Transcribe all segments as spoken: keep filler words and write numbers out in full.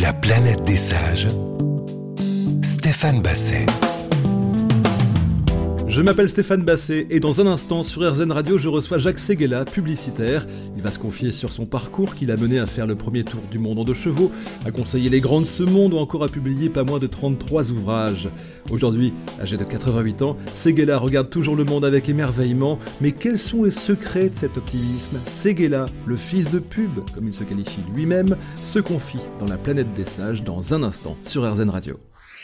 La planète des sages, Stéphane Basset. Je m'appelle Stéphane Basset et dans un instant sur R Z N Radio, je reçois Jacques Séguéla, publicitaire. Il va se confier sur son parcours qui l'a mené à faire le premier tour du monde en deux chevaux, à conseiller les grands de ce monde ou encore à publier pas moins de trente-trois ouvrages. Aujourd'hui, âgé de quatre-vingt-huit ans, Séguéla regarde toujours le monde avec émerveillement. Mais quels sont les secrets de cet optimisme ? Séguéla, le fils de pub, comme il se qualifie lui-même, se confie dans la planète des sages dans un instant sur R Z N Radio.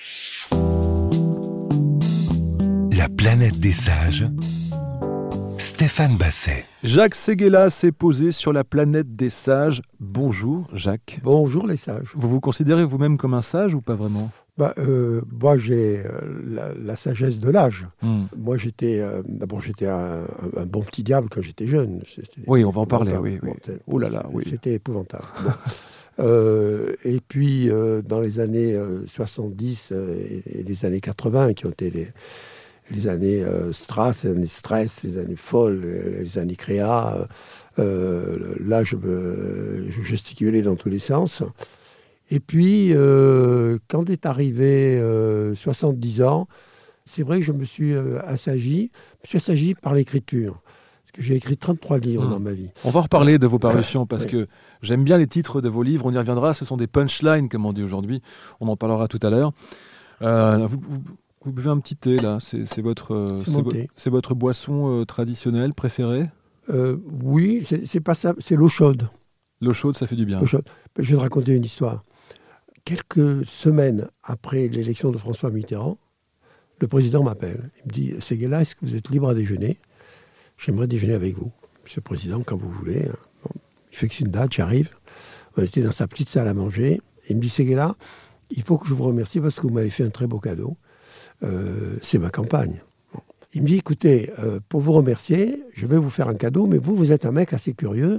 La planète des sages, Stéphane Basset. Jacques Séguéla s'est posé sur la planète des sages. Bonjour Jacques. Bonjour les sages. Vous vous considérez vous-même comme un sage ou pas vraiment ? Bah, euh, moi j'ai euh, la, la sagesse de l'âge. Hmm. Moi j'étais, euh, d'abord j'étais un, un, un bon petit diable quand j'étais jeune. C'était oui, on va en parler, oui. oui. Bon, oh là là, oui. C'était épouvantable. Bon. euh, et puis euh, dans les années euh, soixante-dix euh, et, et les années quatre-vingts qui ont été les... les années euh, Strass, les années stress, les années folles, les, les années créa. Euh, là, je, me, je gesticulais dans tous les sens. Et puis, euh, quand est arrivé euh, soixante-dix ans, c'est vrai que je me suis euh, assagi. Je me suis assagi par l'écriture. Parce que j'ai écrit trente-trois livres mmh. dans ma vie. On va reparler de vos parutions parce oui. que j'aime bien les titres de vos livres. On y reviendra. Ce sont des punchlines, comme on dit aujourd'hui. On en parlera tout à l'heure. Euh, vous, vous, Vous buvez un petit thé, là. C'est, c'est, votre, c'est, c'est, vo- c'est votre boisson euh, traditionnelle, préférée ? euh, Oui, c'est, c'est pas ça. C'est l'eau chaude. L'eau chaude, ça fait du bien. L'eau chaude. Je vais te raconter une histoire. Quelques semaines après l'élection de François Mitterrand, le président m'appelle. Il me dit « Séguéla, est-ce que vous êtes libre à déjeuner ? J'aimerais déjeuner avec vous. » Monsieur le Président, quand vous voulez. Bon, il fixe une date, j'arrive. On était dans sa petite salle à manger. Il me dit « Séguéla, il faut que je vous remercie parce que vous m'avez fait un très beau cadeau. Euh, c'est ma campagne. » Bon. Il me dit, écoutez, euh, pour vous remercier, je vais vous faire un cadeau, mais vous, vous êtes un mec assez curieux.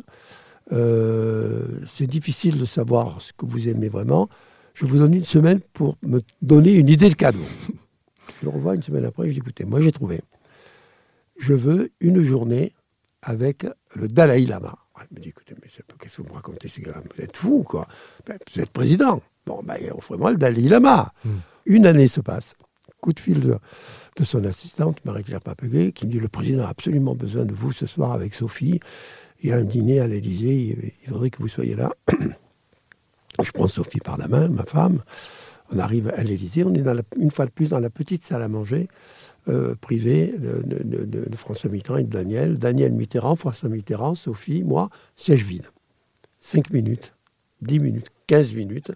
Euh, c'est difficile de savoir ce que vous aimez vraiment. Je vous donne une semaine pour me donner une idée de cadeau. Je le revois une semaine après, je dis, écoutez, moi j'ai trouvé. Je veux une journée avec le Dalai Lama. Il me dit, écoutez, mais qu'est-ce que vous me racontez, ces gars-là ? Vous êtes fou, quoi. Ben, vous êtes président. Bon, ben, offrez-moi le Dalai Lama. Mmh. Une année se passe. Coup de fil de, de son assistante, Marie-Claire Papeguet, qui me dit « Le président a absolument besoin de vous ce soir avec Sophie. Il y a un dîner à l'Élysée, il, il faudrait que vous soyez là. » Je prends Sophie par la main, ma femme. On arrive à l'Élysée. On est dans la, une fois de plus dans la petite salle à manger euh, privée de, de, de, de François Mitterrand et de Daniel. Daniel Mitterrand, François Mitterrand, Sophie, moi, siège vide. Cinq minutes, dix minutes, quinze minutes.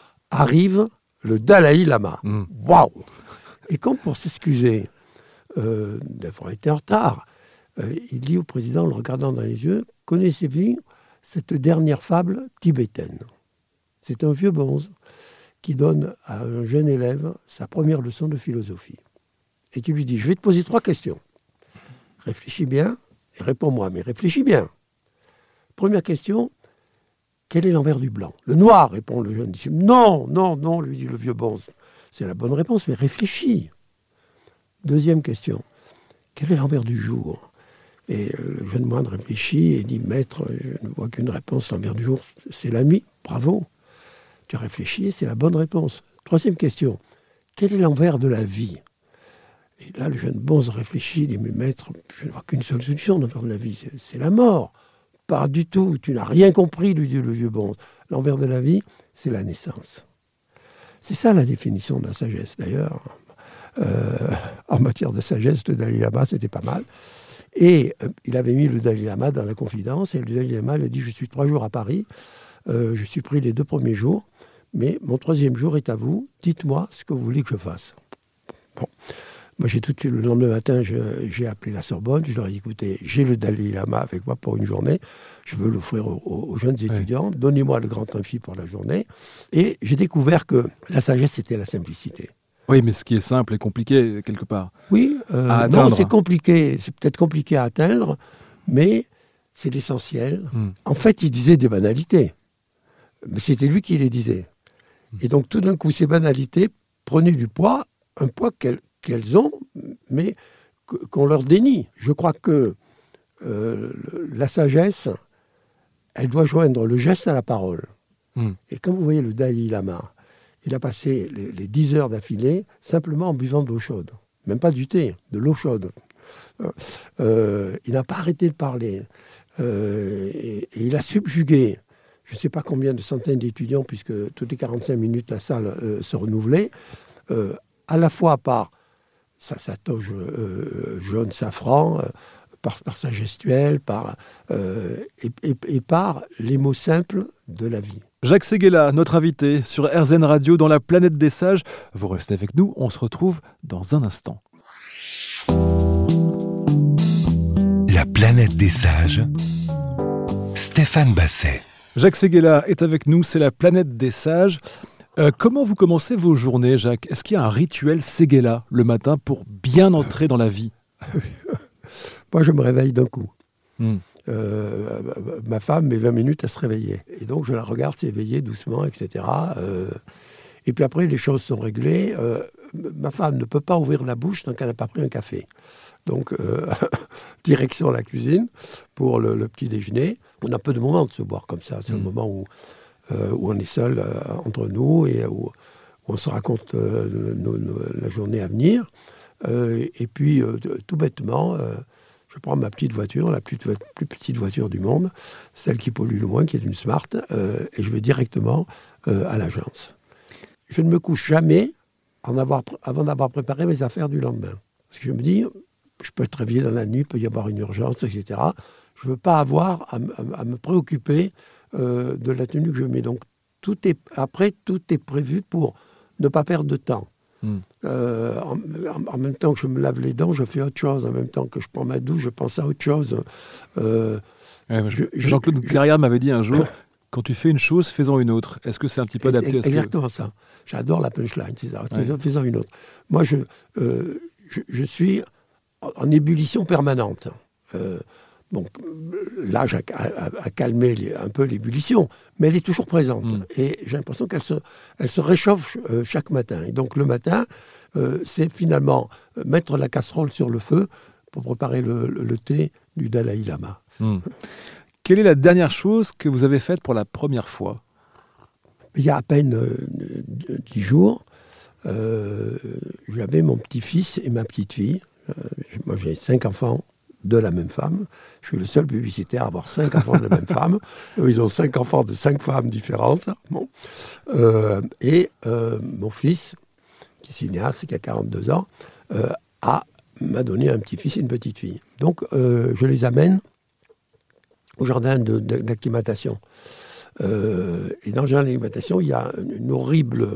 Arrive le Dalai Lama. Waouh! Mmh. Et comme pour s'excuser euh, d'avoir été en retard, euh, il dit au président, en le regardant dans les yeux, « Connaissez-vous cette dernière fable tibétaine ?» C'est un vieux bonze qui donne à un jeune élève sa première leçon de philosophie. Et qui lui dit, « Je vais te poser trois questions. Réfléchis bien et réponds-moi, mais réfléchis bien. Première question, quel est l'envers du blanc ? » Le noir, répond le jeune disciple. « Non, non, non, lui dit le vieux bonze. C'est la bonne réponse, mais réfléchis. » Deuxième question. Quel est l'envers du jour ? Et le jeune moine réfléchit et dit, « Maître, je ne vois qu'une réponse. L'envers du jour, c'est la nuit. Bravo. Tu as réfléchi, c'est la bonne réponse. » Troisième question. Quel est l'envers de la vie ? Et là, le jeune bonze réfléchit et dit, « Mais maître, je ne vois qu'une seule solution l'envers de la vie. C'est, c'est la mort. » Pas du tout. Tu n'as rien compris, lui dit le vieux bonze. L'envers de la vie, c'est la naissance. C'est ça la définition de la sagesse, d'ailleurs. Euh, en matière de sagesse, le Dalai Lama, c'était pas mal. Et euh, il avait mis le Dalai Lama dans la confidence, et le Dalai Lama lui a dit, je suis trois jours à Paris, euh, je suis pris les deux premiers jours, mais mon troisième jour est à vous, dites-moi ce que vous voulez que je fasse. Bon. Moi, j'ai tout de suite, le lendemain matin, je, j'ai appelé la Sorbonne, je leur ai dit, écoutez, j'ai le Dalai Lama avec moi pour une journée, je veux l'offrir aux, aux jeunes étudiants, oui. Donnez-moi le grand amphi pour la journée. Et j'ai découvert que la sagesse, c'était la simplicité. Oui, mais ce qui est simple est compliqué, quelque part. Oui, euh, non, c'est compliqué, c'est peut-être compliqué à atteindre, mais c'est l'essentiel. Hmm. En fait, il disait des banalités, mais c'était lui qui les disait. Hmm. Et donc, tout d'un coup, ces banalités prenaient du poids, un poids qu'elles qu'elles ont, mais qu'on leur dénie. Je crois que euh, la sagesse, elle doit joindre le geste à la parole. Mmh. Et comme vous voyez le Dalai Lama, il a passé les, les dix heures d'affilée simplement en buvant de l'eau chaude. Même pas du thé, de l'eau chaude. Euh, il n'a pas arrêté de parler. Euh, et, et il a subjugué, je ne sais pas combien de centaines d'étudiants, puisque toutes les quarante-cinq minutes, la salle euh, se renouvelait, euh, à la fois par sa, sa toge euh, jaune safran, euh, par, par sa gestuelle, par, euh, et, et, et par les mots simples de la vie. Jacques Séguéla, notre invité sur R Z N Radio dans la planète des sages. Vous restez avec nous, on se retrouve dans un instant. La planète des sages, Stéphane Basset. Jacques Séguéla est avec nous, c'est la planète des sages. Euh, comment vous commencez vos journées, Jacques ? Est-ce qu'il y a un rituel Séguéla le matin pour bien entrer dans la vie ? Moi, je me réveille d'un coup. Hmm. Euh, ma femme met vingt minutes à se réveiller. Et donc, je la regarde s'éveiller doucement, et cetera. Euh, et puis après, les choses sont réglées. Euh, ma femme ne peut pas ouvrir la bouche tant qu'elle n'a pas pris un café. Donc, euh, direction la cuisine pour le, le petit déjeuner. On a peu de moments de se boire comme ça. C'est mmh. un moment où, euh, où on est seul euh, entre nous et où, où on se raconte euh, nos, nos, la journée à venir. Euh, et puis, euh, tout bêtement, euh, je prends ma petite voiture, la plus, plus petite voiture du monde, celle qui pollue le moins, qui est une Smart, euh, et je vais directement euh, à l'agence. Je ne me couche jamais en avoir, avant d'avoir préparé mes affaires du lendemain. Parce que je me dis, je peux être réveillé dans la nuit, il peut y avoir une urgence, et cetera. Je ne veux pas avoir à, à, à me préoccuper euh, de la tenue que je mets. Donc, tout est, après, tout est prévu pour ne pas perdre de temps. Mmh. Euh, en, en, en même temps que je me lave les dents, je fais autre chose. En même temps que je prends ma douche, je pense à autre chose. Euh, ouais, je, Jean-Claude Carrière m'avait dit un jour, quand tu fais une chose, fais-en une autre. Est-ce que c'est un petit peu adapté à ce Exactement que... ça. J'adore la punchline, c'est ça. Ouais. Fais-en une autre. Moi, je, euh, je, je suis en ébullition permanente. Euh, bon, l'âge a, a, a calmé les, un peu l'ébullition, mais elle est toujours présente. Mmh. Et j'ai l'impression qu'elle se, elle se réchauffe euh, chaque matin. Et donc le matin, euh, c'est finalement mettre la casserole sur le feu pour préparer le, le, le thé du Dalai Lama. Mmh. Quelle est la dernière chose que vous avez faite pour la première fois ? Il y a à peine euh, dix jours, euh, j'avais mon petit-fils et ma petite-fille. Euh, moi, j'ai cinq enfants de la même femme. Je suis le seul publicitaire à avoir cinq enfants de la même femme. Eux, ils ont cinq enfants de cinq femmes différentes. Bon. Euh, et euh, mon fils, qui est cinéaste, qui a quarante-deux ans, euh, a, m'a donné un petit-fils et une petite-fille. Donc, euh, je les amène au jardin de, de, d'acclimatation. Euh, et dans le jardin d'acclimatation, il y a une, une horrible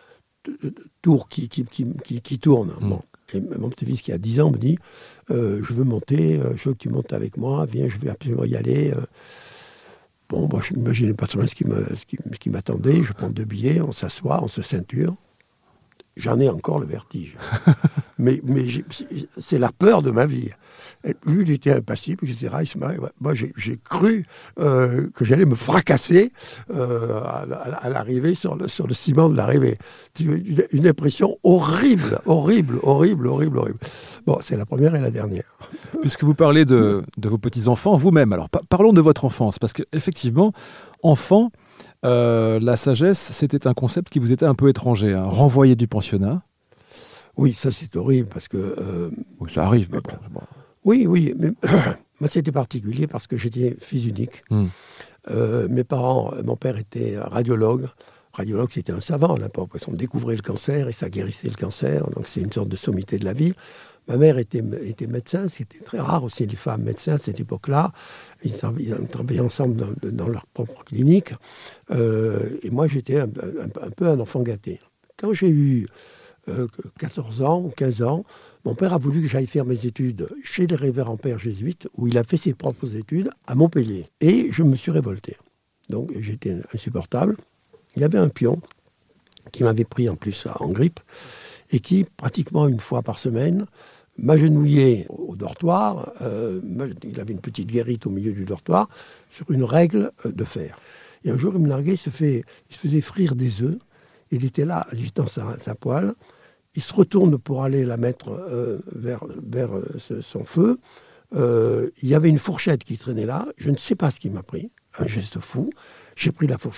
tour qui, qui, qui, qui, qui tourne. Bon. Et mon petit-fils qui a dix ans me dit euh, « Je veux monter, euh, je veux que tu montes avec moi, viens, je vais absolument y aller. Euh. » Bon, moi, je n'imaginais pas trop bien ce qui, me, ce, qui, ce qui m'attendait. Je prends deux billets, on s'assoit, on se ceinture. J'en ai encore le vertige. mais mais c'est la peur de ma vie. Et lui, il était impassible, et cetera. Il se marrait. Moi, j'ai, j'ai cru euh, que j'allais me fracasser euh, à, à, à l'arrivée, sur le, sur le ciment de l'arrivée. Une, une impression horrible, horrible, horrible, horrible, horrible. Bon, c'est la première et la dernière. Puisque vous parlez de, de vos petits-enfants, vous-même, alors pa- parlons de votre enfance, parce qu'effectivement, enfant, euh, la sagesse, c'était un concept qui vous était un peu étranger, hein. Renvoyé du pensionnat. Oui, ça c'est horrible, parce que... Euh, oui, ça arrive, mais bon... bon. Oui, oui, mais moi c'était particulier parce que j'étais fils unique. Mmh. Euh, mes parents, mon père était radiologue. Radiologue, c'était un savant, là, parce qu'on découvrait le cancer et ça guérissait le cancer, donc c'est une sorte de sommité de la vie. Ma mère était, était médecin, c'était très rare aussi les femmes médecins à cette époque-là. Ils travaillaient, ils travaillaient ensemble dans, dans leur propre clinique. Euh, et moi, j'étais un, un, un peu un enfant gâté. Quand j'ai eu euh, quatorze ans ou quinze ans, mon père a voulu que j'aille faire mes études chez les révérends pères jésuites, où il a fait ses propres études à Montpellier. Et je me suis révolté. Donc j'étais insupportable. Il y avait un pion qui m'avait pris en plus en grippe et qui, pratiquement une fois par semaine, m'agenouillait au dortoir. Euh, il avait une petite guérite au milieu du dortoir sur une règle de fer. Et un jour, il me larguait, il se, fait, il se faisait frire des œufs. Il était là, agitant sa, sa poêle. Il se retourne pour aller la mettre euh, vers, vers euh, ce, son feu. Euh, il y avait une fourchette qui traînait là. Je ne sais pas ce qui m'a pris. Un geste fou. J'ai pris la fourchette,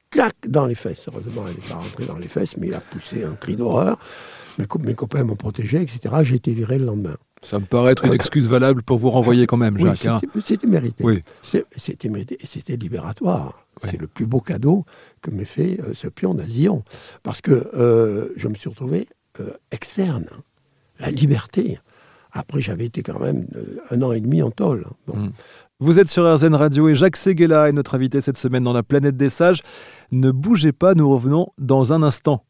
clac, dans les fesses. Heureusement, elle n'est pas rentrée dans les fesses, mais il a poussé un cri d'horreur. Mes, co- mes copains m'ont protégé, et cetera. J'ai été viré le lendemain. Ça me paraît être une excuse valable pour vous renvoyer quand même, Oui, Jacques. hein. c'était, c'était mérité. Oui. C'était, c'était mérité et c'était libératoire. Oui. C'est le plus beau cadeau que m'ait fait euh, ce pion d'Azillon. Parce que euh, je me suis retrouvé euh, externe. La liberté. Après, j'avais été quand même euh, un an et demi en tôle. Bon. Mm. Vous êtes sur R Z N Radio et Jacques Séguéla est notre invité cette semaine dans la planète des sages. Ne bougez pas, nous revenons dans un instant.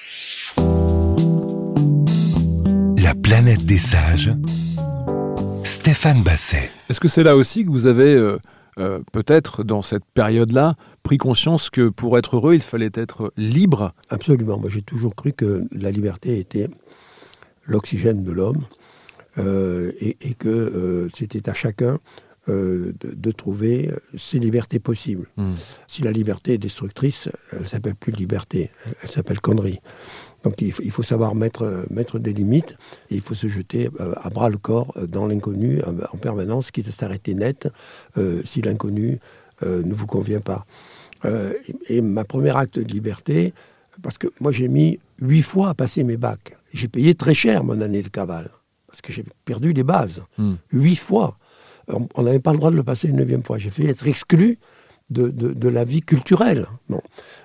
La planète des sages. Stéphane Basset. Est-ce que c'est là aussi que vous avez, euh, euh, peut-être dans cette période-là, pris conscience que pour être heureux, il fallait être libre ? Absolument. Moi, j'ai toujours cru que la liberté était l'oxygène de l'homme euh, et, et que euh, c'était à chacun euh, de, de trouver ses libertés possibles. Mm. Si la liberté est destructrice, elle ne s'appelle plus liberté, elle, elle s'appelle connerie. Donc il faut, il faut savoir mettre, mettre des limites et il faut se jeter euh, à bras le corps dans l'inconnu euh, en permanence, quitte à s'arrêter net euh, si l'inconnu euh, ne vous convient pas. Euh, et, et ma première acte de liberté, parce que moi j'ai mis huit fois à passer mes bacs. J'ai payé très cher mon année de cavale, parce que j'ai perdu les bases. Mm. Huit fois. On n'avait pas le droit de le passer une neuvième fois. J'ai fait être exclu de, de, de la vie culturelle. Bon.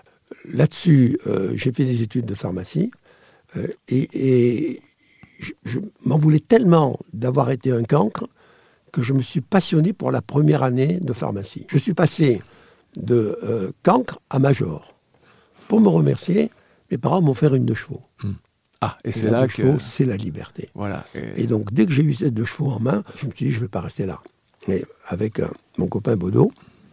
Là-dessus, euh, j'ai fait des études de pharmacie euh, et, et je, je m'en voulais tellement d'avoir été un cancre que je me suis passionné pour la première année de pharmacie. Je suis passé de euh, cancre à major. Pour me remercier, mes parents m'ont fait une de chevaux. Ah, et, Et c'est la là de que... chevaux, c'est la liberté. Voilà. Et... Et donc, dès que j'ai eu cette deux chevaux en main, je me suis dit, je ne vais pas rester là. Et avec euh, mon copain Baudot,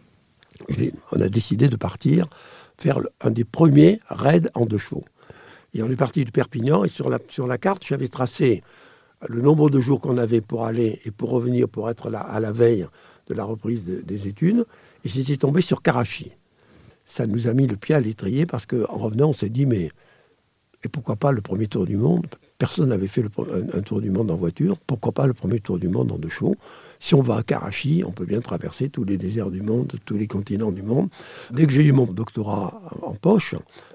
j'ai- on a décidé de partir faire le- un des premiers raids en deux chevaux. Et on est parti de Perpignan, et sur la, sur la carte, j'avais tracé le nombre de jours qu'on avait pour aller et pour revenir, pour être là à la veille de la reprise de- des études, et c'était tombé sur Karachi. Ça nous a mis le pied à l'étrier, parce qu'en revenant, on s'est dit, mais... Et pourquoi pas le premier tour du monde ? Personne n'avait fait le, un, un tour du monde en voiture. Pourquoi pas le premier tour du monde en deux chevaux ? Si on va à Karachi, on peut bien traverser tous les déserts du monde, tous les continents du monde. Dès que j'ai eu mon doctorat en poche,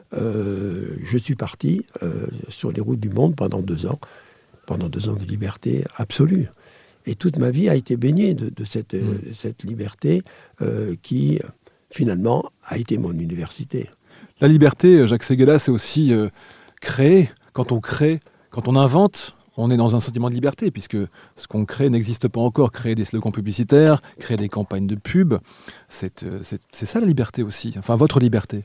euh, je suis parti euh, sur les routes du monde pendant deux ans. Pendant deux ans de liberté absolue. Et toute ma vie a été baignée de, de cette, mmh. euh, cette liberté euh, qui, finalement, a été mon université. La liberté, Jacques Séguéla, c'est aussi... Euh... créer, quand on crée, quand on invente, on est dans un sentiment de liberté, puisque ce qu'on crée n'existe pas encore. Créer des slogans publicitaires, créer des campagnes de pub, c'est, c'est, c'est ça la liberté aussi, enfin votre liberté.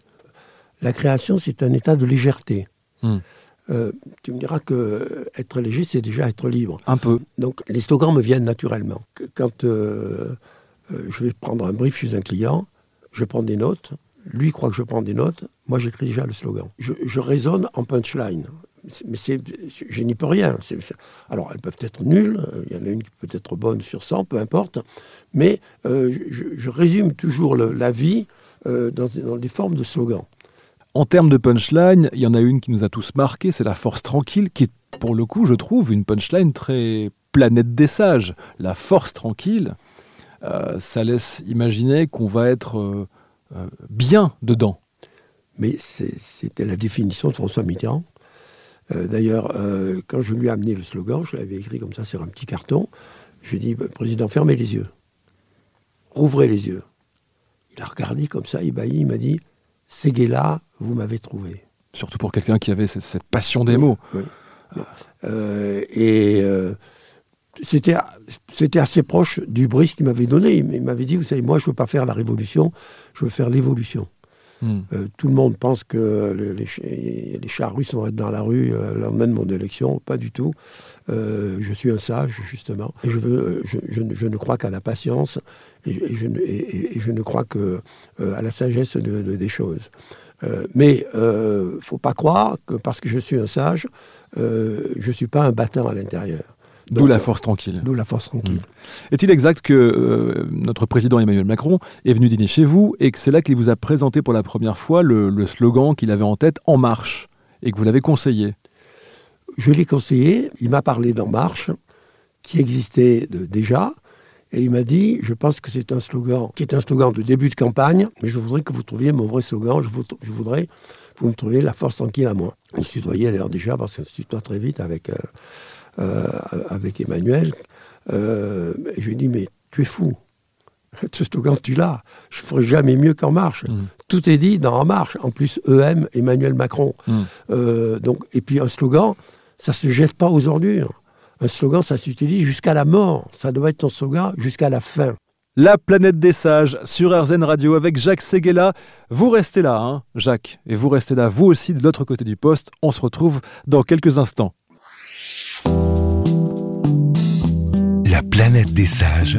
La création, c'est un état de légèreté. Mmh. Euh, tu me diras qu'être léger, c'est déjà être libre. Un peu. Donc les slogans me viennent naturellement. Quand euh, euh, je vais prendre un brief chez un client, je prends des notes. Lui croit que je prends des notes, moi j'écris déjà le slogan. Je, je raisonne en punchline, mais c'est, je n'y peux rien. C'est, alors elles peuvent être nulles, il y en a une qui peut être bonne sur cent, peu importe, mais euh, je, je résume toujours le, la vie euh, dans, dans des formes de slogans. En termes de punchline, il y en a une qui nous a tous marqué, c'est La Force Tranquille, qui est pour le coup, je trouve, une punchline très planète des sages. La Force Tranquille, euh, ça laisse imaginer qu'on va être... Euh, Euh, bien dedans. Mais c'est, c'était la définition de François Mitterrand. Euh, d'ailleurs, euh, quand je lui ai amené le slogan, je l'avais écrit comme ça sur un petit carton, je lui ai dit, Président, fermez les yeux. Rouvrez les yeux. Il a regardé comme ça, ébahi, il m'a dit, Séguéla, vous m'avez trouvé. Surtout pour quelqu'un qui avait cette, cette passion des oui, mots. Oui. Euh, et... Euh, C'était, c'était assez proche du brief qu'il m'avait donné. Il m'avait dit, vous savez, moi, je ne veux pas faire la révolution, je veux faire l'évolution. Mmh. Euh, tout le monde pense que les, les, les charrues vont être dans la rue euh, le lendemain de mon élection. Pas du tout. Euh, je suis un sage, justement. Et je, veux, je, je, je ne crois qu'à la patience et, et, je, et, et je ne crois qu'à euh, la sagesse de, de, des choses. Euh, mais il euh, ne faut pas croire que parce que je suis un sage, euh, je ne suis pas un battant à l'intérieur. D'où la force tranquille. D'où la force tranquille. Mmh. Est-il exact que euh, notre président Emmanuel Macron est venu dîner chez vous et que c'est là qu'il vous a présenté pour la première fois le, le slogan qu'il avait en tête, En Marche, et que vous l'avez conseillé? Je l'ai conseillé, il m'a parlé d'En Marche, qui existait de, déjà, Et il m'a dit, je pense que c'est un slogan qui est un slogan de début de campagne, mais je voudrais que vous trouviez mon vrai slogan, je, vous, je voudrais que vous me trouviez la force tranquille à moi. On se tutoyait d'ailleurs déjà, parce qu'on se tutoie très vite avec, euh, euh, avec Emmanuel. Euh, je lui ai dit, mais tu es fou. Ce slogan, tu l'as. Je ne ferai jamais mieux qu'En Marche. Mmh. Tout est dit dans En Marche. En plus, E M, Emmanuel Macron. Mmh. Euh, donc, et puis un slogan, ça ne se jette pas aux ordures. Un slogan, ça s'utilise jusqu'à la mort. Ça doit être ton slogan jusqu'à la fin. La planète des sages sur R Z N Radio avec Jacques Séguéla. Vous restez là, hein, Jacques. Et vous restez là, vous aussi, de l'autre côté du poste. On se retrouve dans quelques instants. La planète des sages.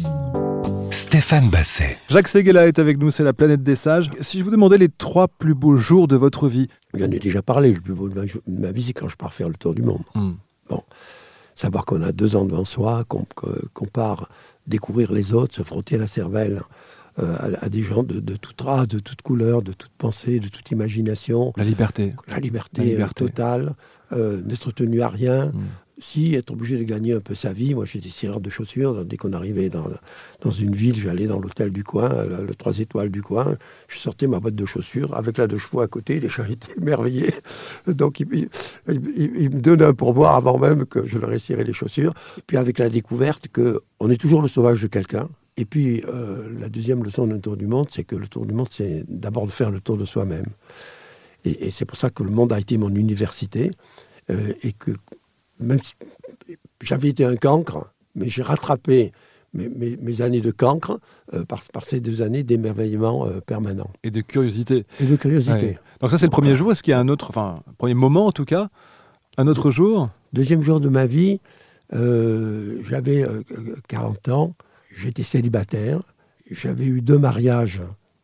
Stéphane Basset. Jacques Séguéla est avec nous, c'est la planète des sages. Si je vous demandais les trois plus beaux jours de votre vie. J'en ai déjà parlé. Le plus beau de ma, de ma vie, c'est quand je pars faire le tour du monde. Mmh. Bon. Savoir qu'on a deux ans devant soi, qu'on, qu'on part découvrir les autres, se frotter la cervelle euh, à, à des gens de, de toute race, de toute couleur, de toute pensée, de toute imagination. La liberté. La liberté, la liberté. totale, euh, n'être tenu à rien. Mmh. Si être obligé de gagner un peu sa vie, moi j'étais tireur de chaussures, dès qu'on arrivait dans, dans une ville, j'allais dans l'hôtel du coin, le, le trois étoiles du coin, je sortais ma boîte de chaussures avec la de chevaux à côté, les gens étaient émerveillés, donc ils il, il, il me donnaient un pourboire avant même que je leur ai ciré les chaussures, puis avec la découverte qu'on est toujours le sauvage de quelqu'un. Et puis euh, la deuxième leçon d'un tour du monde, c'est que le tour du monde, c'est d'abord de faire le tour de soi-même. Et, et c'est pour ça que le monde a été mon université, euh, et que même si j'avais été un cancre, mais j'ai rattrapé mes, mes, mes années de cancre euh, par, par ces deux années d'émerveillement euh, permanent. Et de curiosité. Et de curiosité. Ouais. Donc ça, c'est le premier jour. Est-ce qu'il y a un autre, enfin, premier moment en tout cas, un autre jour ? Deuxième jour de ma vie, euh, j'avais euh, quarante ans, j'étais célibataire, j'avais eu deux mariages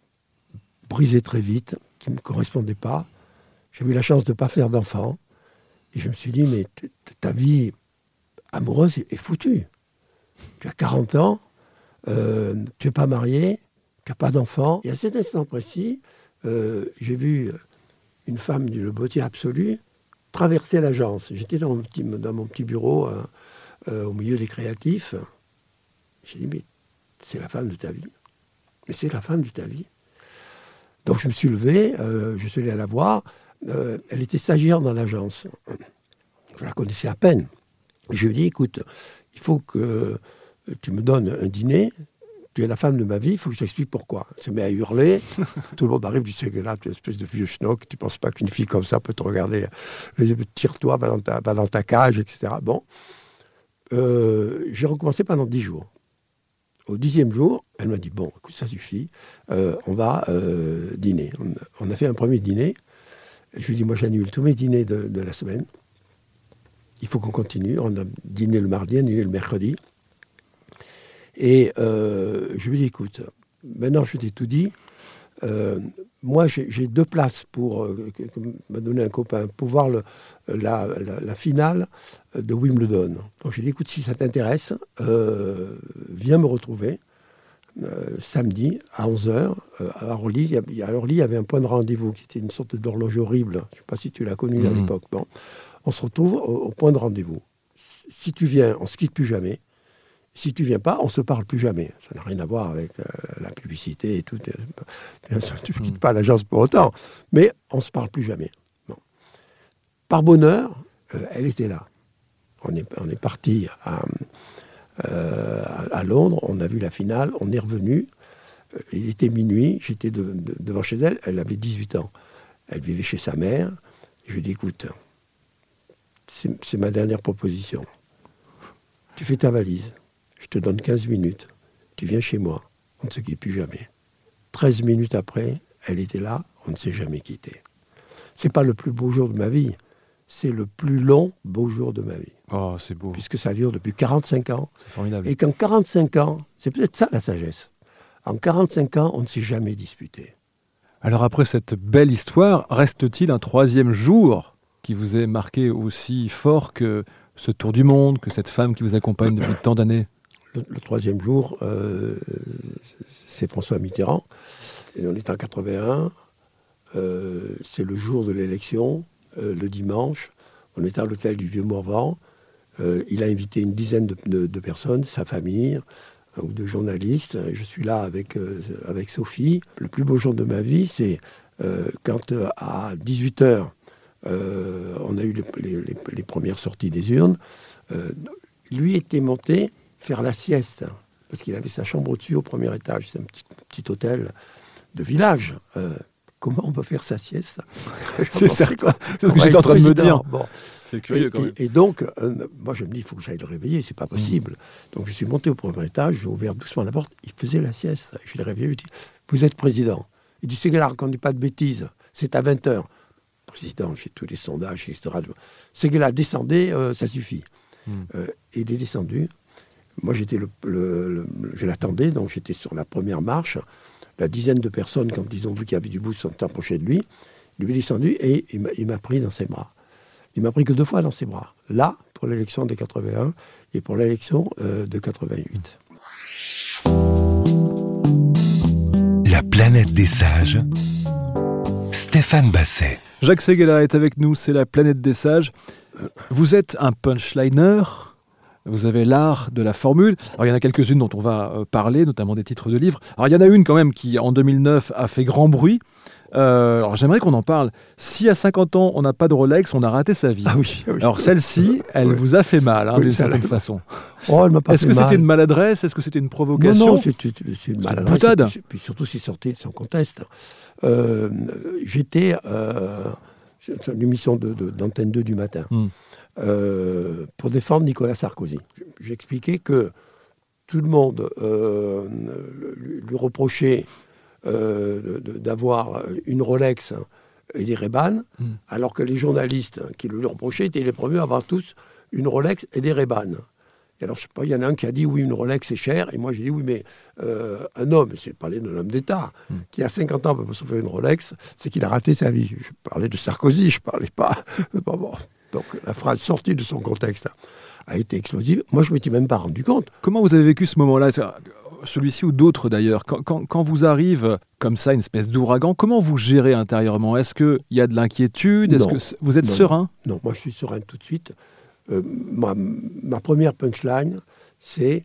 brisés très vite, qui ne me correspondaient pas. J'avais eu la chance de ne pas faire d'enfants. Et je me suis dit, mais t- ta vie amoureuse est, est foutue. Tu as quarante ans, euh, tu n'es pas marié, tu n'as pas d'enfant. Et à cet instant précis, euh, j'ai vu une femme d'une beauté absolue traverser l'agence. J'étais dans mon petit, dans mon petit bureau, euh, euh, au milieu des créatifs. J'ai dit, mais c'est la femme de ta vie. Mais c'est la femme de ta vie. Donc je me suis levé, euh, je suis allé la voir. Euh, elle était stagiaire dans l'agence. Je la connaissais à peine. Je lui ai dit, écoute, il faut que tu me donnes un dîner. Tu es la femme de ma vie, il faut que je t'explique pourquoi. Elle se met à hurler. Tout le monde arrive, du Séguéla, tu es une espèce de vieux schnock. Tu ne penses pas qu'une fille comme ça peut te regarder. Tire-toi, va dans ta, va dans ta cage, et cetera. Bon. Euh, j'ai recommencé pendant dix jours. Au dixième jour, elle m'a dit, bon, écoute, ça suffit. Euh, on va euh, dîner. On, on a fait un premier dîner. Je lui ai dit, moi j'annule tous mes dîners de, de la semaine. Il faut qu'on continue. On a dîné le mardi, on a dîné le mercredi. Et euh, je lui ai dit, écoute, maintenant je t'ai tout dit. Euh, moi j'ai, j'ai deux places pour, euh, que, que m'a donné un copain, pour voir le, la, la, la finale de Wimbledon. Donc j'ai dit, écoute, si ça t'intéresse, euh, viens me retrouver. Euh, samedi à onze heures, euh, à Orly, il y a, à Orly, il y avait un point de rendez-vous qui était une sorte d'horloge horrible. Je ne sais pas si tu l'as connu mmh. à l'époque. Bon. On se retrouve au, au point de rendez-vous. Si tu viens, on ne se quitte plus jamais. Si tu ne viens pas, on ne se parle plus jamais. Ça n'a rien à voir avec euh, la publicité et tout. Tu ne quittes mmh. pas l'agence pour autant. Mais on ne se parle plus jamais. Bon. Par bonheur, euh, elle était là. On est, on est parti à... Euh, à, à Londres, on a vu la finale, on est revenu, euh, il était minuit, j'étais de, de, devant chez elle, elle avait dix-huit ans, elle vivait chez sa mère, je lui ai dit, écoute, c'est, c'est ma dernière proposition, tu fais ta valise, je te donne quinze minutes, tu viens chez moi, on ne se quitte plus jamais. treize minutes après, elle était là, on ne s'est jamais quitté. C'est pas le plus beau jour de ma vie, c'est le plus long beau jour de ma vie. Oh, c'est beau. Puisque ça dure depuis quarante-cinq ans. C'est formidable. Et qu'en quarante-cinq ans, c'est peut-être ça la sagesse. En quarante-cinq ans, on ne s'est jamais disputé. Alors après cette belle histoire, reste-t-il un troisième jour qui vous ait marqué aussi fort que ce tour du monde, que cette femme qui vous accompagne depuis tant d'années ? le, le troisième jour, euh, c'est François Mitterrand. Et on est en quatre-vingt-un. Euh, c'est le jour de l'élection. Euh, le dimanche, on était à l'hôtel du Vieux-Morvan. Euh, il a invité une dizaine de, de, de personnes, sa famille, ou de journalistes. Je suis là avec, euh, avec Sophie. Le plus beau jour de ma vie, c'est euh, quand euh, à dix-huit heures, euh, on a eu les, les, les premières sorties des urnes. Euh, lui était monté faire la sieste, parce qu'il avait sa chambre au-dessus, au premier étage. C'est un petit, petit hôtel de village. Euh, comment on peut faire sa sieste? C'est certain. C'est ce que j'étais en train de me dire. Bon. C'est curieux et, quand même. Et, et donc, euh, moi je me dis, il faut que j'aille le réveiller, c'est pas possible. Mmh. Donc je suis monté au premier étage, j'ai ouvert doucement la porte, il faisait la sieste. Je l'ai réveillé, je lui ai dit, vous êtes président. Il dit, c'est que là, racontez pas de bêtises, c'est à vingt heures. Président, j'ai tous les sondages, et cetera. C'est que là, descendez, euh, ça suffit. Mmh. Euh, et il est descendu. Moi, j'étais le, le, le, je l'attendais, donc j'étais sur la première marche. La dizaine de personnes, quand ils ont vu qu'il y avait du bout, sont approchées de lui. Il est descendu et il m'a, il m'a pris dans ses bras. Il m'a pris que deux fois dans ses bras. Là, pour l'élection de quatre-vingt-un et pour l'élection euh, de quatre-vingt-huit. La planète des sages. Stéphane Basset. Jacques Séguéla est avec nous, c'est la planète des sages. Vous êtes un punchliner. Vous avez l'art de la formule. Alors, il y en a quelques-unes dont on va euh, parler, notamment des titres de livres. Alors, il y en a une quand même qui, en deux mille neuf, a fait grand bruit. Euh, alors, j'aimerais qu'on en parle. Si à cinquante ans, on n'a pas de Rolex, on a raté sa vie. Ah oui, oui. Alors, celle-ci, elle oui. vous a fait mal, hein, oui, d'une certaine l'a... façon. Oh, elle m'a pas Est-ce fait que mal. c'était une maladresse? Est-ce que c'était une provocation? Non, non, c'est, c'est une maladresse. C'est une et puis, puis surtout, c'est sorti de son contexte. Euh, j'étais euh, sur une émission de, de, d'Antenne deux du matin. Hmm. Euh, pour défendre Nicolas Sarkozy. J'expliquais que tout le monde euh, lui, lui reprochait euh, de, d'avoir une Rolex et des Ray-Ban, mmh. alors que les journalistes qui le lui reprochaient étaient les premiers à avoir tous une Rolex et des Ray-Ban. Et alors, je sais pas, il y en a un qui a dit oui, une Rolex c'est cher, et moi j'ai dit oui, mais euh, un homme, j'ai parlé d'un homme d'État, mmh. qui a cinquante ans peut se faire une Rolex, c'est qu'il a raté sa vie. Je parlais de Sarkozy, je parlais pas. pas bon. Donc la phrase sortie de son contexte a été explosive. Moi, je ne m'étais même pas rendu compte. Comment vous avez vécu ce moment-là, celui-ci ou d'autres d'ailleurs, quand, quand, quand vous arrive comme ça une espèce d'ouragan, comment vous gérez intérieurement? Est-ce qu'il y a de l'inquiétude? Est-ce non, que vous êtes non, serein? Non, moi je suis serein tout de suite. Euh, ma, ma première punchline, c'est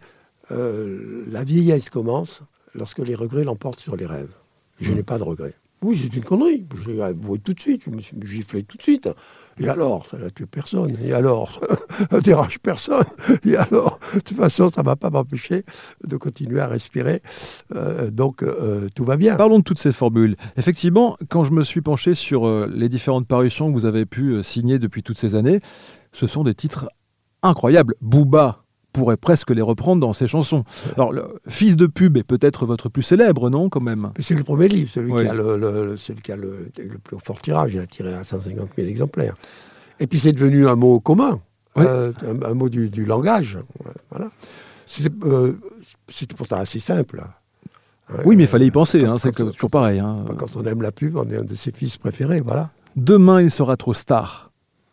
euh, la vieillesse commence lorsque les regrets l'emportent sur les rêves. Je mmh. n'ai pas de regrets. Oui, c'est une connerie. Je l'ai avoué tout de suite. Je me suis giflé tout de suite. Et alors, ça n'a tué personne. Et alors, ça ne dérange personne. Et alors, de toute façon, ça ne va pas m'empêcher de continuer à respirer. Euh, donc, euh, tout va bien. Parlons de toutes ces formules. Effectivement, quand je me suis penché sur euh, les différentes parutions que vous avez pu euh, signer depuis toutes ces années, ce sont des titres incroyables. Booba pourrait presque les reprendre dans ses chansons. Alors, le Fils de pub est peut-être votre plus célèbre, non, quand même? Mais c'est le premier livre, celui oui. qui a, le, le, celui qui a le, le plus fort tirage. Il a tiré à cent cinquante mille exemplaires. Et puis, c'est devenu un mot commun, oui. euh, un, un mot du, du langage. Voilà. C'était, euh, c'était pourtant assez simple. Hein. Oui, mais il fallait y penser, quand, hein, c'est quand, toujours pareil. Hein. Quand on aime la pub, on est un de ses fils préférés, voilà. Demain, il sera trop star.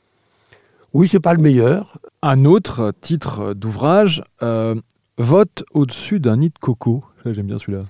Oui, c'est pas le meilleur. Un autre titre d'ouvrage, euh, Vote au-dessus d'un nid de coco. J'aime bien celui-là.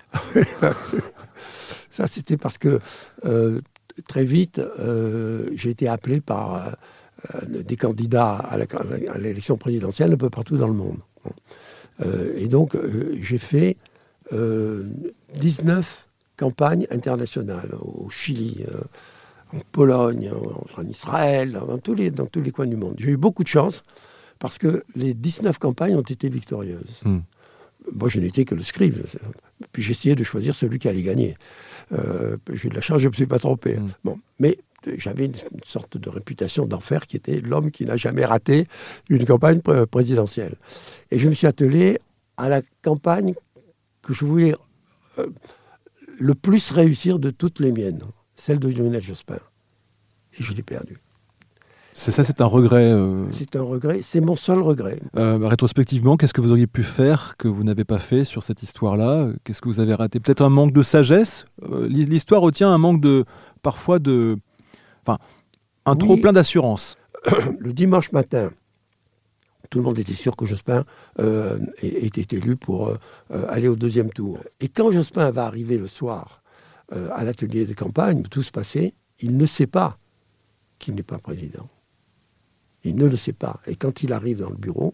Ça, c'était parce que euh, très vite, euh, j'ai été appelé par euh, des candidats à, la, à l'élection présidentielle un peu partout dans le monde. Bon. Euh, et donc, euh, j'ai fait euh, dix-neuf campagnes internationales au Chili, euh, en Pologne, en, en Israël, dans tous, les, dans tous les coins du monde. J'ai eu beaucoup de chance parce que les dix-neuf campagnes ont été victorieuses. Mmh. Moi, je n'étais que le scribe. Puis j'essayais de choisir celui qui allait gagner. Euh, j'ai eu de la chance, je ne me suis pas trompé. Mmh. Bon, mais j'avais une, une sorte de réputation d'enfer qui était l'homme qui n'a jamais raté une campagne pr- présidentielle. Et je me suis attelé à la campagne que je voulais euh, le plus réussir de toutes les miennes, celle de Lionel Jospin. Et je l'ai perdue. C'est ça, c'est un regret euh... C'est un regret, c'est mon seul regret. Euh, rétrospectivement, qu'est-ce que vous auriez pu faire que vous n'avez pas fait sur cette histoire-là? Qu'est-ce que vous avez raté? Peut-être un manque de sagesse? euh, L'histoire retient un manque de, parfois de... Enfin, un oui. trop plein d'assurance. Le dimanche matin, tout le monde était sûr que Jospin euh, était élu pour euh, aller au deuxième tour. Et quand Jospin va arriver le soir euh, à l'atelier de campagne, tout se passait, il ne sait pas qu'il n'est pas président. Il ne le sait pas. Et quand il arrive dans le bureau,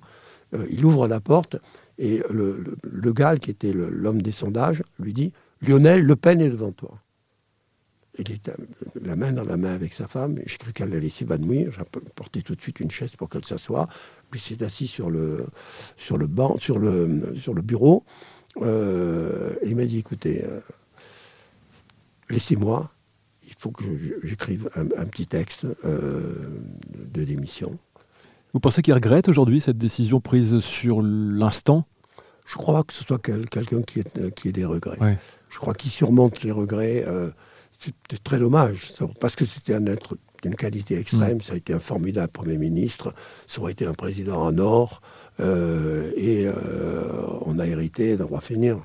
Euh, il ouvre la porte et le, le, le Gall, qui était le, l'homme des sondages, lui dit « Lionel, Le Pen est devant toi ». Il était la main dans la main avec sa femme. J'ai cru qu'elle allait s'évanouir. J'ai porté tout de suite une chaise pour qu'elle s'assoie. Puis il s'est assis sur le, sur le banc, sur le, sur le bureau. Euh, et il m'a dit, écoutez, euh, laissez-moi. Il faut que j'écrive un, un petit texte euh, de démission. Vous pensez qu'il regrette aujourd'hui cette décision prise sur l'instant ? Je crois pas que ce soit quel, quelqu'un qui ait, qui ait des regrets. Ouais. Je crois qu'il surmonte les regrets. Euh, C'était très dommage, parce que c'était un être d'une qualité extrême. Mmh. Ça a été un formidable Premier ministre, ça aurait été un président en or, euh, et euh, on a hérité d'un roi fainéant.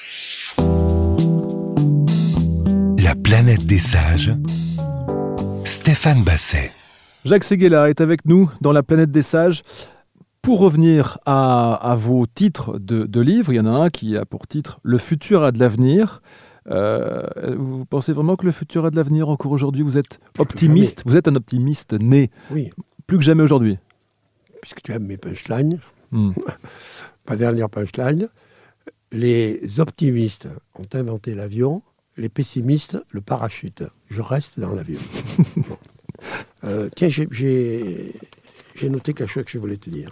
La planète des sages, Stéphane Basset. Jacques Séguéla est avec nous dans La planète des sages. Pour revenir à, à vos titres de, de livres, il y en a un qui a pour titre « Le futur a de l'avenir ». Euh, vous pensez vraiment que le futur a de l'avenir encore aujourd'hui ? Vous êtes optimiste, vous êtes un optimiste né. Oui. Plus que jamais aujourd'hui. Puisque tu aimes mes punchlines, mm. ma dernière punchline, les optimistes ont inventé l'avion, les pessimistes le parachute. Je reste dans l'avion. Bon. euh, tiens, j'ai, j'ai, j'ai noté quelque chose que je voulais te dire.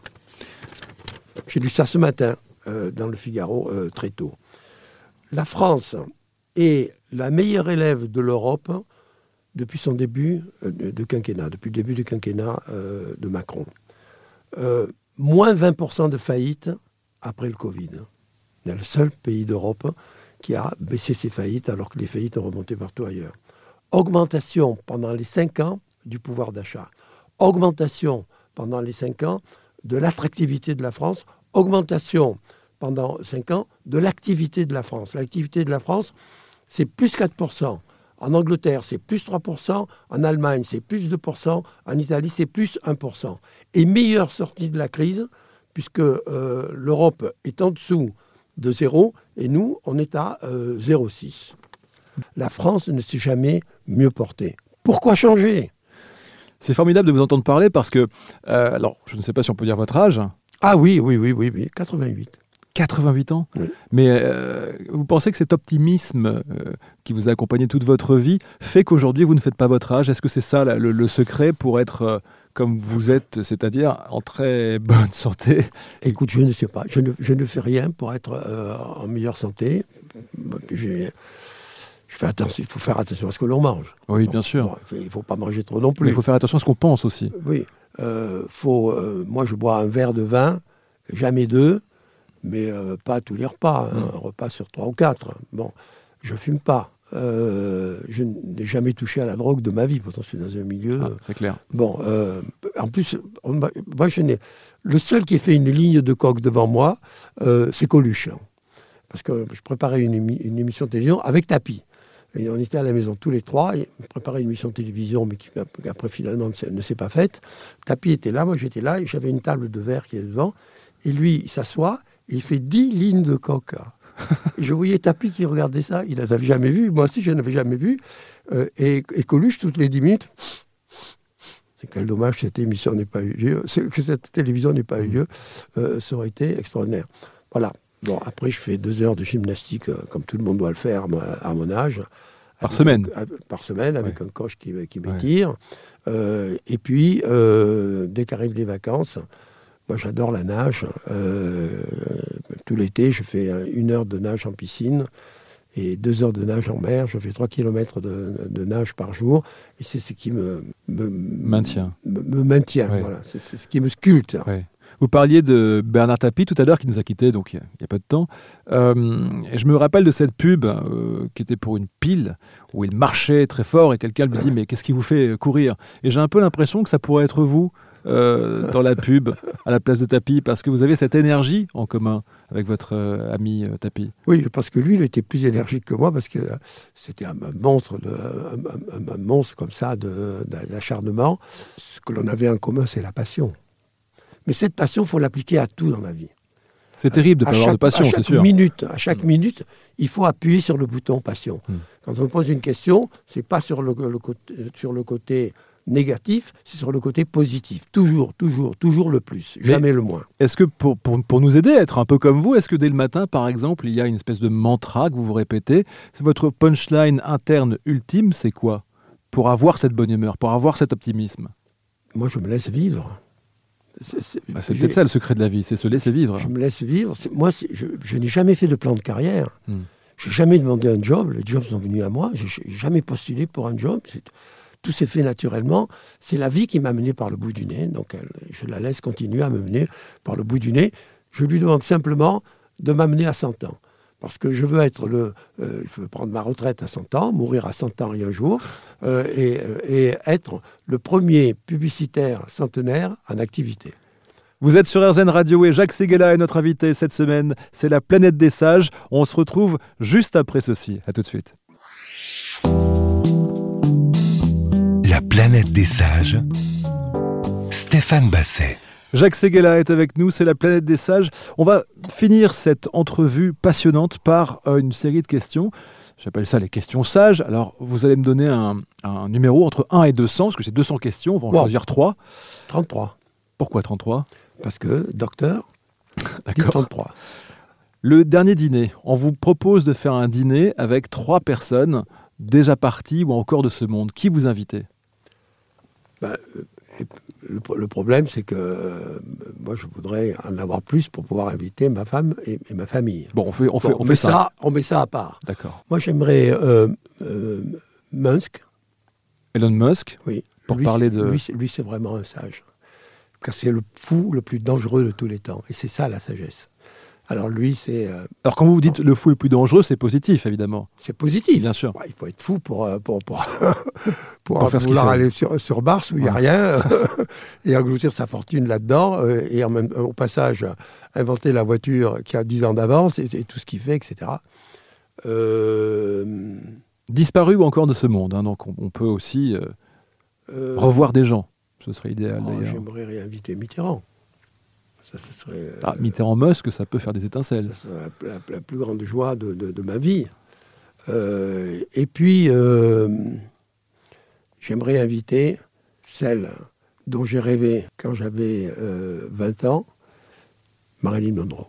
J'ai lu ça ce matin euh, dans le Figaro, euh, très tôt. La France est la meilleure élève de l'Europe depuis son début de, de quinquennat, depuis le début du quinquennat euh, de Macron. Euh, moins vingt pour cent de faillites après le Covid. On est le seul pays d'Europe qui a baissé ses faillites alors que les faillites ont remonté partout ailleurs. Augmentation pendant les cinq ans du pouvoir d'achat. Augmentation pendant les cinq ans de l'attractivité de la France. Augmentation pendant cinq ans de l'activité de la France. L'activité de la France, c'est plus quatre pour cent. En Angleterre, c'est plus trois pour cent. En Allemagne, c'est plus deux pour cent. En Italie, c'est plus un pour cent. Et meilleure sortie de la crise, puisque euh, l'Europe est en dessous de zéro, et nous, on est à euh, zéro virgule six. La France ne s'est jamais mieux portée. Pourquoi changer ? C'est formidable de vous entendre parler parce que, euh, alors, je ne sais pas si on peut dire votre âge. Ah oui, oui, oui, oui, oui, quatre-vingt-huit. quatre-vingt-huit ans, oui. Mais euh, vous pensez que cet optimisme euh, qui vous a accompagné toute votre vie fait qu'aujourd'hui vous ne faites pas votre âge ? Est-ce que c'est ça là, le, le secret pour être euh, comme vous êtes, c'est-à-dire en très bonne santé ? Écoute, je ne sais pas. Je ne, je ne fais rien pour être euh, en meilleure santé. J'ai, je fais attention, il faut faire attention à ce que l'on mange. Oui, bien sûr. Bon, il ne faut pas manger trop non plus. Mais il faut faire attention à ce qu'on pense aussi. Oui. Euh, faut, euh, moi, je bois un verre de vin, jamais deux. Mais euh, pas tous les repas, hein, mmh. un repas sur trois ou quatre. Bon, je ne fume pas. Euh, je n'ai jamais touché à la drogue de ma vie, pourtant je suis dans un milieu... Ah, c'est clair. Bon, euh, en plus, on, moi, je n'ai... le seul qui ait fait une ligne de coke devant moi, euh, c'est Coluche. Parce que je préparais une, émi- une émission de télévision avec Tapi. Et on était à la maison tous les trois, et on préparait une émission de télévision, mais qui après finalement ne s'est pas faite. Tapi était là, moi j'étais là, et j'avais une table de verre qui est devant, et lui, il s'assoit, il fait dix lignes de coke. Je voyais Tapi qui regardait ça, il ne l'avait jamais vu, moi aussi je n'avais jamais vu. Euh, et, et Coluche, toutes les dix minutes, c'est quel dommage que cette émission n'ait pas eu lieu, que cette télévision n'ait pas eu lieu, euh, ça aurait été extraordinaire. Voilà. Bon, après, je fais deux heures de gymnastique, euh, comme tout le monde doit le faire à mon âge. Par semaine un, Par semaine, avec ouais. un coach qui, qui m'étire. Ouais. Euh, et puis, euh, dès qu'arrivent les vacances, moi, j'adore la nage. Euh, tout l'été, je fais une heure de nage en piscine et deux heures de nage en mer. Je fais trois kilomètres de, de nage par jour. Et c'est ce qui me... me maintient. Me, me maintient, ouais. voilà. C'est, c'est ce qui me sculpte. Ouais. Vous parliez de Bernard Tapie tout à l'heure, qui nous a quittés, donc il y a peu de temps. Euh, et je me rappelle de cette pub euh, qui était pour une pile, où il marchait très fort et quelqu'un lui dit « Mais qu'est-ce qui vous fait courir ?» Et j'ai un peu l'impression que ça pourrait être vous euh, dans la pub, à la place de Tapie, parce que vous avez cette énergie en commun avec votre euh, ami euh, Tapie. Oui, je pense que lui, il était plus énergique que moi, parce que euh, c'était un, un monstre, de, un, un, un monstre comme ça de, d'acharnement. Ce que l'on avait en commun, c'est la passion. Mais cette passion, il faut l'appliquer à tout dans la vie. C'est terrible de ne pas avoir de passion, c'est sûr. Minute, à chaque mmh. minute, il faut appuyer sur le bouton passion. Mmh. Quand on pose une question, ce n'est pas sur le, le, côté, sur le côté négatif, c'est sur le côté positif. Toujours, toujours, toujours le plus, Mais jamais le moins. Est-ce que pour, pour, pour nous aider à être un peu comme vous, est-ce que dès le matin, par exemple, il y a une espèce de mantra que vous vous répétez? C'est votre punchline interne ultime, c'est quoi? Pour avoir cette bonne humeur, pour avoir cet optimisme? Moi, je me laisse vivre. C'est, c'est, bah, c'est peut-être ça le secret de la vie, c'est se laisser vivre. Je me laisse vivre. C'est, moi, c'est, je, je n'ai jamais fait de plan de carrière. Hmm. Je n'ai jamais demandé un job. Les jobs sont venus à moi. Je n'ai jamais postulé pour un job. C'est, tout s'est fait naturellement. C'est la vie qui m'a mené par le bout du nez. Donc, elle, je la laisse continuer à me mener par le bout du nez. Je lui demande simplement de m'amener à cent ans. Parce que je veux être le, euh, je veux prendre ma retraite à cent ans, mourir à cent ans et un jour, euh, et, et être le premier publicitaire centenaire en activité. Vous êtes sur R Z N Radio et Jacques Séguéla est notre invité cette semaine. C'est la planète des sages. On se retrouve juste après ceci. À tout de suite. La planète des sages. Stéphane Basset. Jacques Séguéla est avec nous, c'est la planète des sages. On va finir cette entrevue passionnante par euh, une série de questions. J'appelle ça les questions sages. Alors, vous allez me donner un, un numéro entre un et deux cents, parce que c'est deux cents questions, on va en wow. choisir trois. trente-trois. Pourquoi trente-trois? Parce que, docteur, d'accord. trente-trois. Le dernier dîner. On vous propose de faire un dîner avec trois personnes déjà parties ou encore de ce monde. Qui vous invitez? ben, Le, le problème, c'est que euh, moi, je voudrais en avoir plus pour pouvoir inviter ma femme et, et ma famille. Bon, on fait, on fait, bon, on on fait met ça. ça. On met ça à part. D'accord. Moi, j'aimerais euh, euh, Musk. Elon Musk. Oui. Pour lui, parler de. Lui, lui, c'est vraiment un sage. Parce que c'est le fou le plus dangereux de tous les temps. Et c'est ça, la sagesse. Alors lui, c'est... Euh, Alors quand vous vous dites non. le fou le plus dangereux, c'est positif, évidemment. C'est positif. Bien sûr. Bah, il faut être fou pour, pour, pour, pour, pour faire vouloir aller sur, sur Mars où il n'y a ouais. rien et engloutir sa fortune là-dedans euh, et en même, au passage inventer la voiture qui a dix ans d'avance et, et tout ce qu'il fait, et cetera. Euh... Disparu ou encore de ce monde. Hein, donc on, on peut aussi euh, euh... revoir des gens. Ce serait idéal oh, d'ailleurs. J'aimerais réinviter Mitterrand. Ça, ça serait, euh, ah, Mitterrand-Musk, ça peut faire des étincelles. Ça serait la, la, la plus grande joie de, de, de ma vie. Euh, et puis, euh, j'aimerais inviter celle dont j'ai rêvé quand j'avais euh, vingt ans, Marilyn Monroe.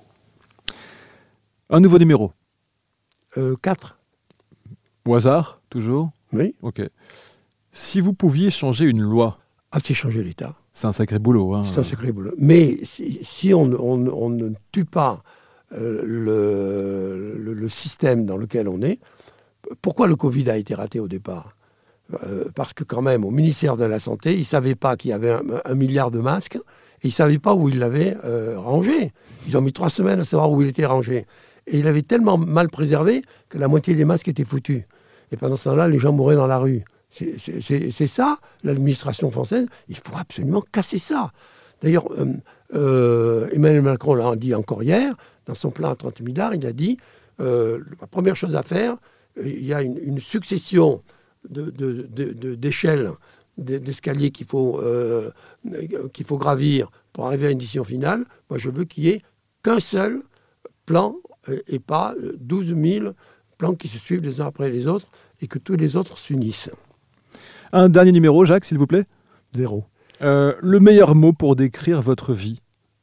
Un nouveau numéro euh, quatre. Au hasard, toujours? Oui. Ok. Si vous pouviez changer une loi? Ah, c'est changer l'État. C'est un sacré boulot. Hein. C'est un sacré boulot. Mais si, si on, on, on ne tue pas euh, le, le, le système dans lequel on est, pourquoi le Covid a été raté au départ? euh, Parce que quand même, au ministère de la Santé, ils ne savaient pas qu'il y avait un, un milliard de masques et ils ne savaient pas où ils l'avaient euh, rangé. Ils ont mis trois semaines à savoir où il était rangé. Et il avait tellement mal préservé que la moitié des masques étaient foutus. Et pendant ce temps-là, les gens mouraient dans la rue. C'est, c'est, c'est, c'est ça, l'administration française. Il faut absolument casser ça. D'ailleurs, euh, euh, Emmanuel Macron l'a dit encore hier, dans son plan à trente milliards, il a dit, euh, la première chose à faire, il y a une, une succession de, de, de, de, d'échelles, d'escaliers qu'il faut, euh, qu'il faut gravir pour arriver à une décision finale. Moi, je veux qu'il n'y ait qu'un seul plan et pas douze mille plans qui se suivent les uns après les autres et que tous les autres s'unissent. Un dernier numéro, Jacques, s'il vous plaît. Zéro. Euh, le meilleur mot pour décrire votre vie?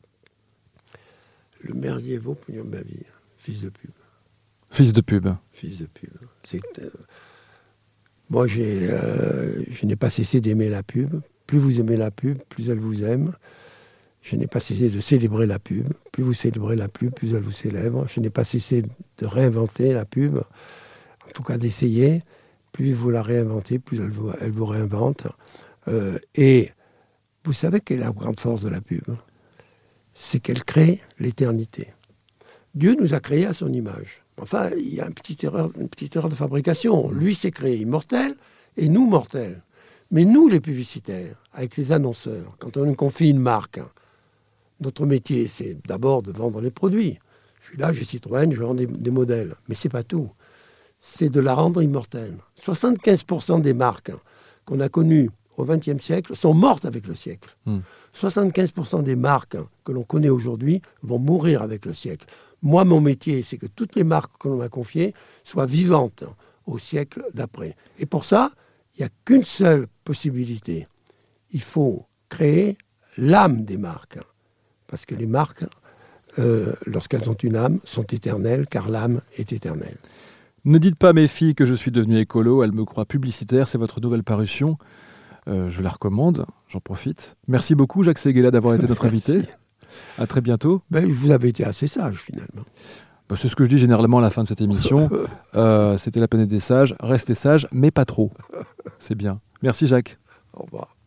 Le meilleur mot pour dire ma vie. Fils de pub. Fils de pub. Fils de pub. C'est, euh, moi, j'ai, euh, je n'ai pas cessé d'aimer la pub. Plus vous aimez la pub, plus elle vous aime. Je n'ai pas cessé de célébrer la pub. Plus vous célébrez la pub, plus elle vous célèbre. Je n'ai pas cessé de réinventer la pub. En tout cas, d'essayer. Plus vous la réinventez, plus elle vous, elle vous réinvente. Euh, et vous savez quelle est la grande force de la pub? C'est qu'elle crée l'éternité. Dieu nous a créés à son image. Enfin, il y a une petite erreur, une petite erreur de fabrication. Lui s'est créé immortel et nous mortels. Mais nous, les publicitaires, avec les annonceurs, quand on nous confie une marque, notre métier, c'est d'abord de vendre les produits. Je suis là, j'ai Citroën, je vends des, des modèles. Mais c'est pas tout. C'est de la rendre immortelle. soixante-quinze pour cent des marques qu'on a connues au vingtième siècle sont mortes avec le siècle. Mmh. soixante-quinze pour cent des marques que l'on connaît aujourd'hui vont mourir avec le siècle. Moi, mon métier, c'est que toutes les marques que l'on m'a confiées soient vivantes au siècle d'après. Et pour ça, il n'y a qu'une seule possibilité, il faut créer l'âme des marques. Parce que les marques, euh, lorsqu'elles ont une âme, sont éternelles, car l'âme est éternelle. Ne dites pas à mes filles que je suis devenu écolo, elles me croient publicitaire, c'est votre nouvelle parution. Euh, je la recommande, j'en profite. Merci beaucoup Jacques Séguéla d'avoir été notre invité. À très bientôt. Ben, vous avez été assez sage finalement. Ben, c'est ce que je dis généralement à la fin de cette émission. Euh, c'était la planète des sages. Restez sages, mais pas trop. C'est bien. Merci Jacques. Au revoir.